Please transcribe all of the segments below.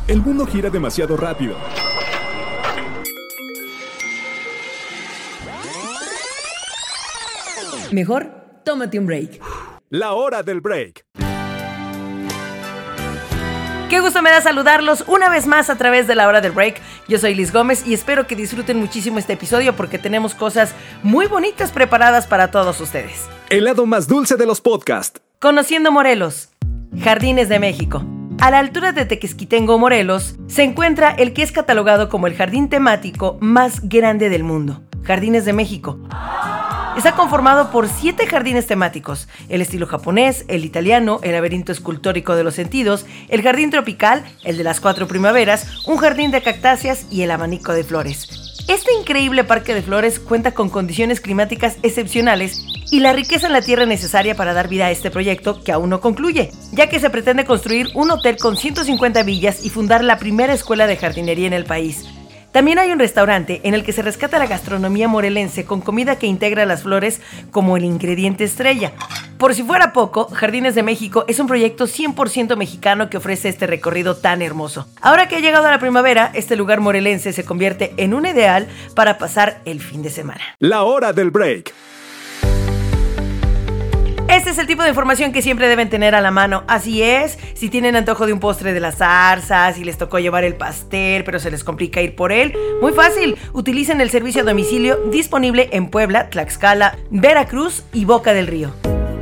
El mundo gira demasiado rápido. Mejor, tómate un break. La hora del break. Qué gusto me da saludarlos una vez más a través de la hora del break. Yo soy Liz Gómez y espero que disfruten muchísimo este episodio porque tenemos cosas muy bonitas preparadas para todos ustedes. El lado más dulce de los podcasts. Conociendo Morelos, Jardines de México. A la altura de Tequesquitengo, Morelos, se encuentra el que es catalogado como el jardín temático más grande del mundo, Jardines de México. Está conformado por 7 jardines temáticos: el estilo japonés, el italiano, el laberinto escultórico de los sentidos, el jardín tropical, el de las 4 primaveras, un jardín de cactáceas y el abanico de flores. Este increíble parque de flores cuenta con condiciones climáticas excepcionales y la riqueza en la tierra necesaria para dar vida a este proyecto que aún no concluye, ya que se pretende construir un hotel con 150 villas y fundar la primera escuela de jardinería en el país. También hay un restaurante en el que se rescata la gastronomía morelense con comida que integra las flores como el ingrediente estrella. Por si fuera poco, Jardines de México es un proyecto 100% mexicano que ofrece este recorrido tan hermoso. Ahora que ha llegado a la primavera, este lugar morelense se convierte en un ideal para pasar el fin de semana. La hora del break. Este es el tipo de información que siempre deben tener a la mano. Así es, si tienen antojo de un postre de la zarza, si les tocó llevar el pastel pero se les complica ir por él, muy fácil, utilicen el servicio a domicilio disponible en Puebla, Tlaxcala, Veracruz y Boca del Río.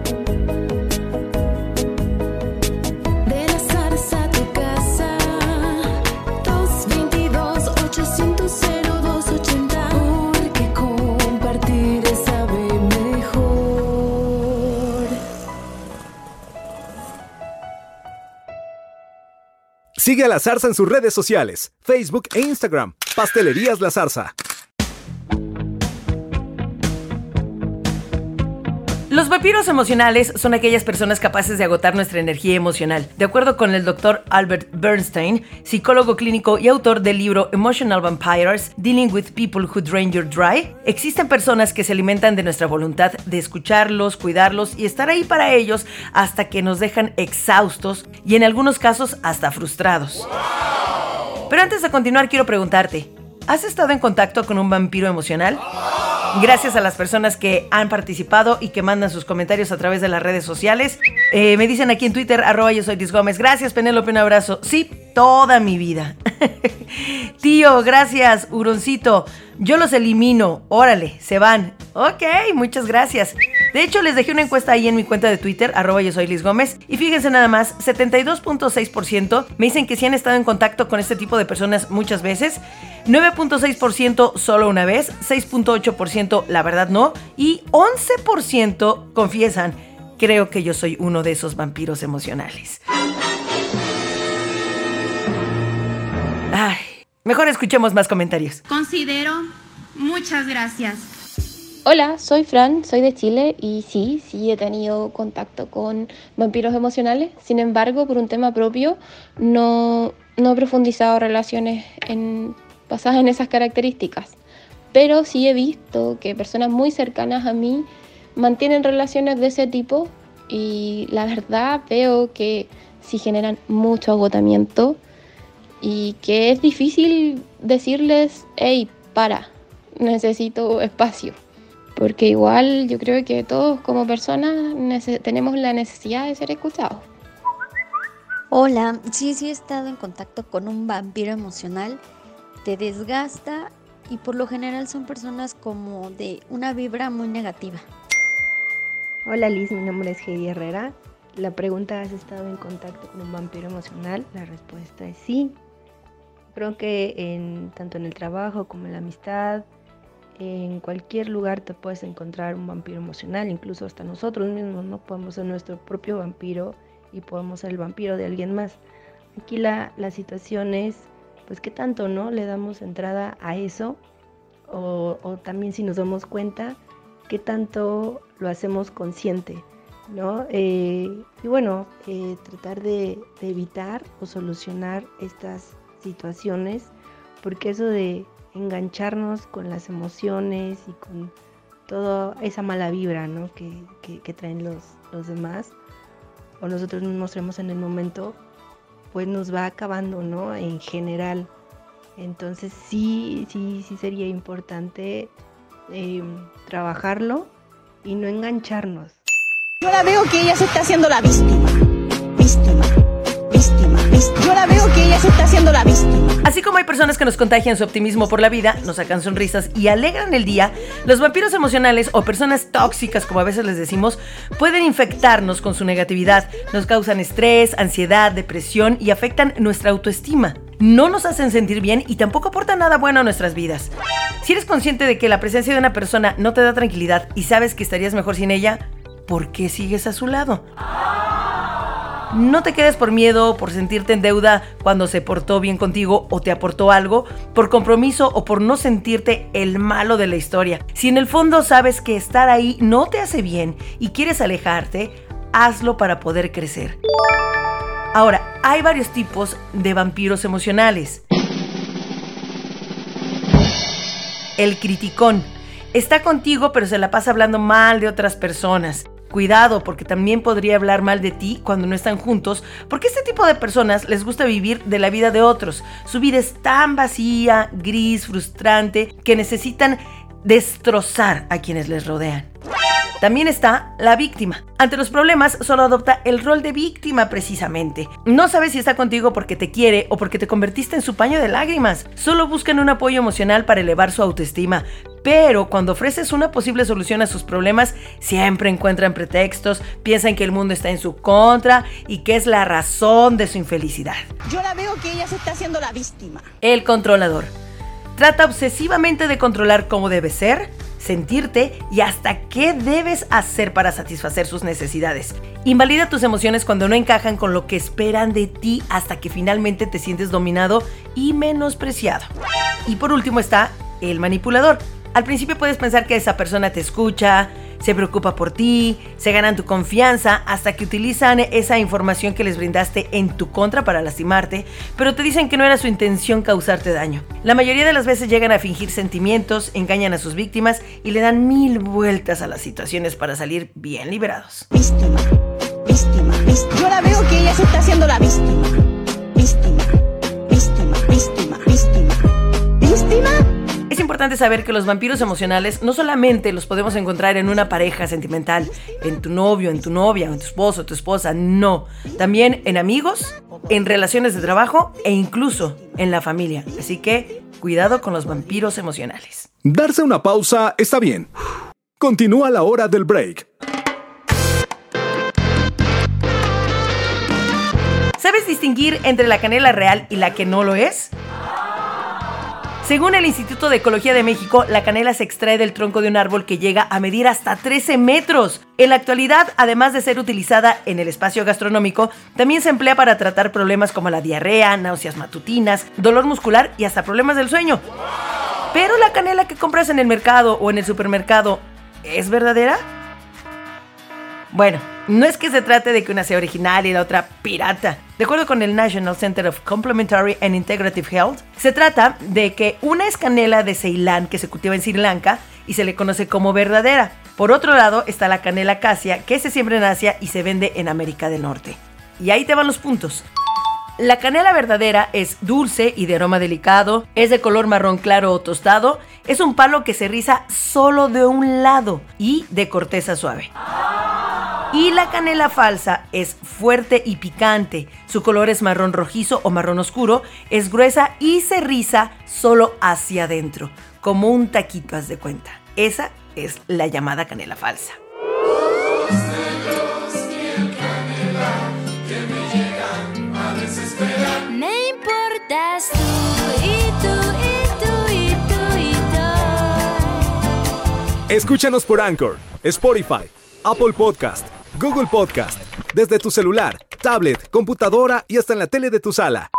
Sigue a La Zarza en sus redes sociales, Facebook e Instagram. Pastelerías La Zarza. Los vampiros emocionales son aquellas personas capaces de agotar nuestra energía emocional. De acuerdo con el Dr. Albert Bernstein, psicólogo clínico y autor del libro Emotional Vampires, Dealing with People Who Drain Your Dry, existen personas que se alimentan de nuestra voluntad de escucharlos, cuidarlos y estar ahí para ellos hasta que nos dejan exhaustos y en algunos casos hasta frustrados. Pero antes de continuar quiero preguntarte, ¿has estado en contacto con un vampiro emocional? Gracias a las personas que han participado y que mandan sus comentarios a través de las redes sociales. Me dicen aquí en Twitter, @yo soy Liz Gómez. Gracias, Penélope, un abrazo. Sí, toda mi vida. Tío, gracias, Huroncito. Yo los elimino. Órale, se van. Ok, muchas gracias. De hecho, les dejé una encuesta ahí en mi cuenta de Twitter, @yo soy Liz Gómez. Y fíjense nada más, 72.6% me dicen que sí han estado en contacto con este tipo de personas muchas veces. 9.6% solo una vez, 6.8% la verdad no, y 11% confiesan, creo que yo soy uno de esos vampiros emocionales. Ay, mejor escuchemos más comentarios. Considero, muchas gracias. Hola, soy Fran, soy de Chile y sí he tenido contacto con vampiros emocionales. Sin embargo, por un tema propio, no he profundizado relaciones basadas en esas características. Pero sí he visto que personas muy cercanas a mí mantienen relaciones de ese tipo y la verdad veo que sí generan mucho agotamiento y que es difícil decirles, hey, necesito espacio. Porque igual yo creo que todos como personas tenemos la necesidad de ser escuchados. Hola, sí he estado en contacto con un vampiro emocional. Te desgasta y por lo general son personas como de una vibra muy negativa. Hola Liz, mi nombre es Heidi Herrera. La pregunta, ¿has estado en contacto con un vampiro emocional? La respuesta es sí. Creo que tanto en el trabajo como en la amistad, en cualquier lugar te puedes encontrar un vampiro emocional, incluso hasta nosotros mismos, ¿no? Podemos ser nuestro propio vampiro y podemos ser el vampiro de alguien más. Aquí la situación es, pues, ¿qué tanto, no le damos entrada a eso? O también, si nos damos cuenta, ¿qué tanto lo hacemos consciente, ¿no? Y bueno, tratar de evitar o solucionar estas situaciones, porque eso de engancharnos con las emociones y con toda esa mala vibra, ¿no? que traen los demás o nosotros mismos traemos en el momento, pues nos va acabando, ¿no? En general. Entonces sí sería importante trabajarlo y no engancharnos. Yo la veo que ella se está haciendo la víctima. Yo la veo que ella se está haciendo la víctima. Así como hay personas que nos contagian su optimismo por la vida, nos sacan sonrisas y alegran el día, los vampiros emocionales o personas tóxicas, como a veces les decimos, pueden infectarnos con su negatividad. Nos causan estrés, ansiedad, depresión y afectan nuestra autoestima. No nos hacen sentir bien y tampoco aportan nada bueno a nuestras vidas. Si eres consciente de que la presencia de una persona no te da tranquilidad y sabes que estarías mejor sin ella, ¿por qué sigues a su lado? No te quedes por miedo, por sentirte en deuda cuando se portó bien contigo o te aportó algo, por compromiso o por no sentirte el malo de la historia. Si en el fondo sabes que estar ahí no te hace bien y quieres alejarte, hazlo para poder crecer. Ahora, hay varios tipos de vampiros emocionales. El criticón. Está contigo, pero se la pasa hablando mal de otras personas. Cuidado, porque también podría hablar mal de ti cuando no están juntos, porque este tipo de personas les gusta vivir de la vida de otros. Su vida es tan vacía, gris, frustrante, que necesitan destrozar a quienes les rodean. También está la víctima. Ante los problemas, solo adopta el rol de víctima precisamente. No sabes si está contigo porque te quiere o porque te convertiste en su paño de lágrimas. Solo buscan un apoyo emocional para elevar su autoestima. Pero cuando ofreces una posible solución a sus problemas, siempre encuentran pretextos, piensan que el mundo está en su contra y que es la razón de su infelicidad. Yo la veo que ella se está haciendo la víctima. El controlador. Trata obsesivamente de controlar cómo debes ser, sentirte y hasta qué debes hacer para satisfacer sus necesidades. Invalida tus emociones cuando no encajan con lo que esperan de ti hasta que finalmente te sientes dominado y menospreciado. Y por último está el manipulador. Al principio puedes pensar que esa persona te escucha, se preocupa por ti, se ganan tu confianza hasta que utilizan esa información que les brindaste en tu contra para lastimarte, pero te dicen que no era su intención causarte daño. La mayoría de las veces llegan a fingir sentimientos, engañan a sus víctimas y le dan 1000 vueltas a las situaciones para salir bien liberados. Víctima. Yo la veo que ella se está haciendo la víctima. Víctima. Es importante saber que los vampiros emocionales no solamente los podemos encontrar en una pareja sentimental, en tu novio, en tu novia, en tu esposo, tu esposa, no. También en amigos, en relaciones de trabajo e incluso en la familia. Así que cuidado con los vampiros emocionales. Darse una pausa está bien. Continúa la hora del break. ¿Sabes distinguir entre la canela real y la que no lo es? Según el Instituto de Ecología de México, la canela se extrae del tronco de un árbol que llega a medir hasta 13 metros. En la actualidad, además de ser utilizada en el espacio gastronómico, también se emplea para tratar problemas como la diarrea, náuseas matutinas, dolor muscular y hasta problemas del sueño. Pero la canela que compras en el mercado o en el supermercado, ¿es verdadera? Bueno, no es que se trate de que una sea original y la otra pirata. De acuerdo con el National Center of Complementary and Integrative Health, se trata de que una es canela de Ceilán que se cultiva en Sri Lanka y se le conoce como verdadera. Por otro lado está la canela Cassia que se siembra en Asia y se vende en América del Norte. Y ahí te van los puntos. La canela verdadera es dulce y de aroma delicado, es de color marrón claro o tostado, es un palo que se riza solo de un lado y de corteza suave. Y la canela falsa es fuerte y picante, su color es marrón rojizo o marrón oscuro, es gruesa y se riza solo hacia adentro, como un taquito, haz de cuenta. Esa es la llamada canela falsa. Me importas tú y tú. Escúchanos por Anchor, Spotify, Apple Podcast, Google Podcast, desde tu celular, tablet, computadora y hasta en la tele de tu sala.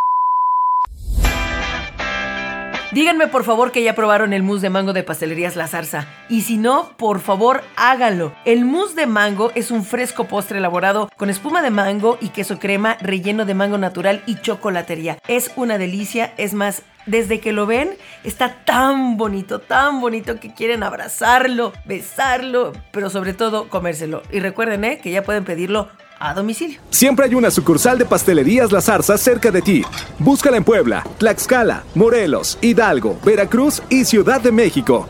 Díganme por favor que ya probaron el mousse de mango de Pastelerías La Zarza. Y si no, por favor háganlo. El mousse de mango es un fresco postre elaborado con espuma de mango y queso crema relleno de mango natural y chocolatería. Es una delicia, es más, desde que lo ven está tan bonito que quieren abrazarlo, besarlo, pero sobre todo comérselo. Y recuerden que ya pueden pedirlo a domicilio. Siempre hay una sucursal de Pastelerías La Zarza cerca de ti. Búscala en Puebla, Tlaxcala, Morelos, Hidalgo, Veracruz y Ciudad de México.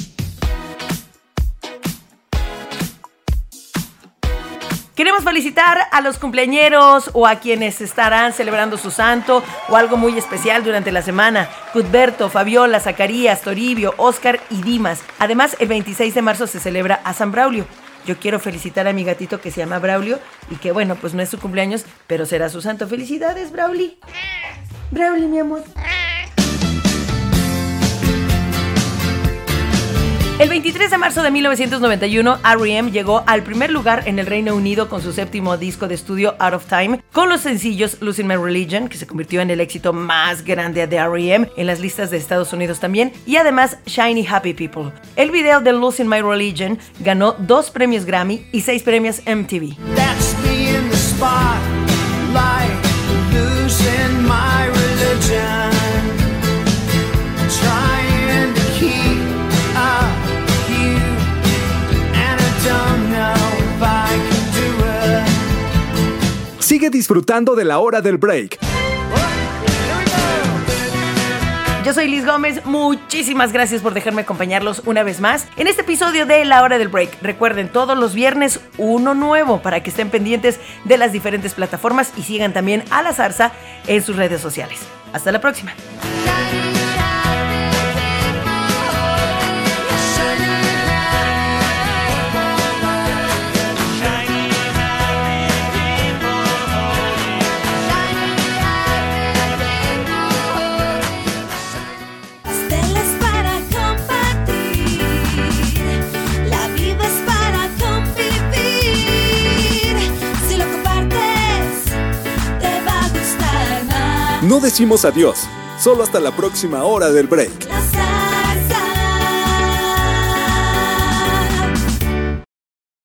Queremos felicitar a los cumpleañeros o a quienes estarán celebrando su santo o algo muy especial durante la semana. Cuthberto, Fabiola, Zacarías, Toribio, Oscar y Dimas. Además, el 26 de marzo se celebra a San Braulio. Yo quiero felicitar a mi gatito que se llama Braulio y que bueno, pues no es su cumpleaños, pero será su santo. ¡Felicidades, Brauli! Brauli, mi amor. El 23 de marzo de 1991, R.E.M. llegó al primer lugar en el Reino Unido con su séptimo disco de estudio Out of Time, con los sencillos Losing My Religion, que se convirtió en el éxito más grande de R.E.M. en las listas de Estados Unidos también, y además Shiny Happy People. El video de Losing My Religion ganó 2 premios Grammy y 6 premios MTV. That's me in the spotlight, losing my religion, trying to keep up. Sigue disfrutando de la hora del break. Yo soy Liz Gómez, muchísimas gracias por dejarme acompañarlos una vez más en este episodio de La Hora del Break. Recuerden, todos los viernes uno nuevo para que estén pendientes de las diferentes plataformas y sigan también a La Zarza en sus redes sociales. Hasta la próxima. No decimos adiós, solo hasta la próxima hora del break.